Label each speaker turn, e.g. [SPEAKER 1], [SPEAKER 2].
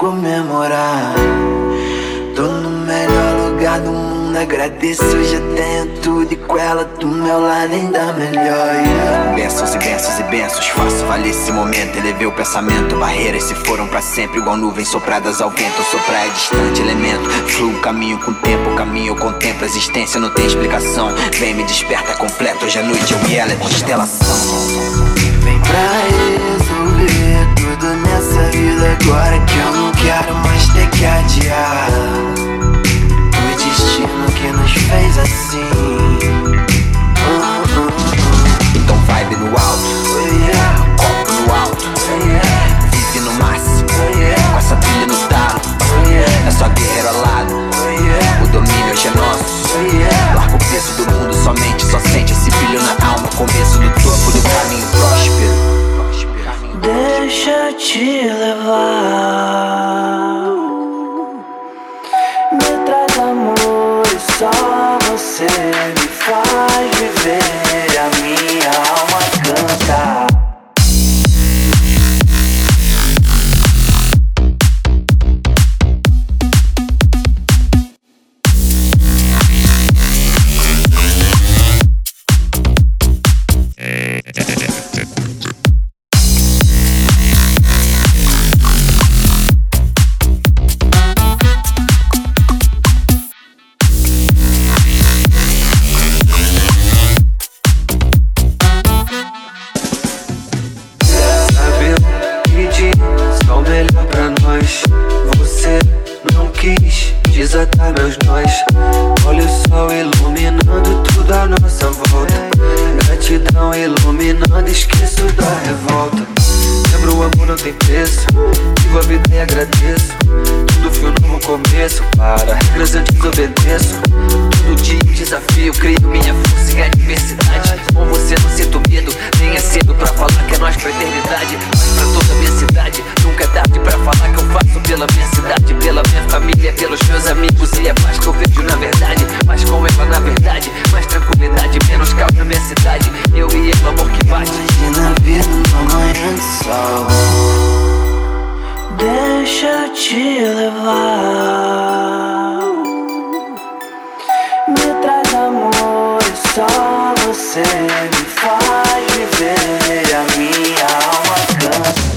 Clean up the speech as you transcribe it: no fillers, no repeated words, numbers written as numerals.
[SPEAKER 1] comemorar. Tô no melhor lugar do mundo, agradeço, já tenho tudo. E com ela do meu lado ainda melhor, yeah.
[SPEAKER 2] Bênçãos e bênçãos e bênçãos, faço valer esse momento. Elevei o pensamento, barreiras se foram pra sempre. Igual nuvens sopradas ao vento, eu sou praia distante, elemento. Fluo, caminho com o tempo, caminho eu contemplo. A existência não tem explicação, vem me desperta completo. Hoje à noite eu e ela é constelação.
[SPEAKER 1] Vem pra resolver tudo nessa vida agora, que eu não quero mais ter que adiar. O destino que nos fez assim.
[SPEAKER 2] Então vibe no alto, copo no alto, vive no máximo, com essa trilha no talo. É só guerreiro alado, o domínio hoje é nosso. Larga o peso do mundo somente, só sente esse brilho na alma. Começo do topo do caminho próspero.
[SPEAKER 1] Deixa eu te levar, me traz amor e só você me faz viver. A minha alma canta. Só o melhor pra nós. Você não quis desatar meus nós. Olha o sol iluminando tudo à nossa volta. Gratidão iluminando, esqueço da revolta. Lembro o amor não tem preço, vivo a vida e agradeço. Tudo foi um novo começo, para regras eu desobedeço. Todo dia um desafio, crio minha força e a diversidade. Com você não sinto medo, nem é cedo pra falar que é nós pra eternidade. Mas pra toda a minha cidade, nunca é tarde pra falar que eu faço pela minha cidade, pela minha família, pelos meus amigos. E é paz que eu vejo na verdade, mais com ela na verdade, mais tranquilidade, menos caos na minha cidade. Eu e ela, amor que bate. Imagina a vida numa manhã de sol. Deixa eu te levar, me traz amor e só você me faz viver. A minha alma canta.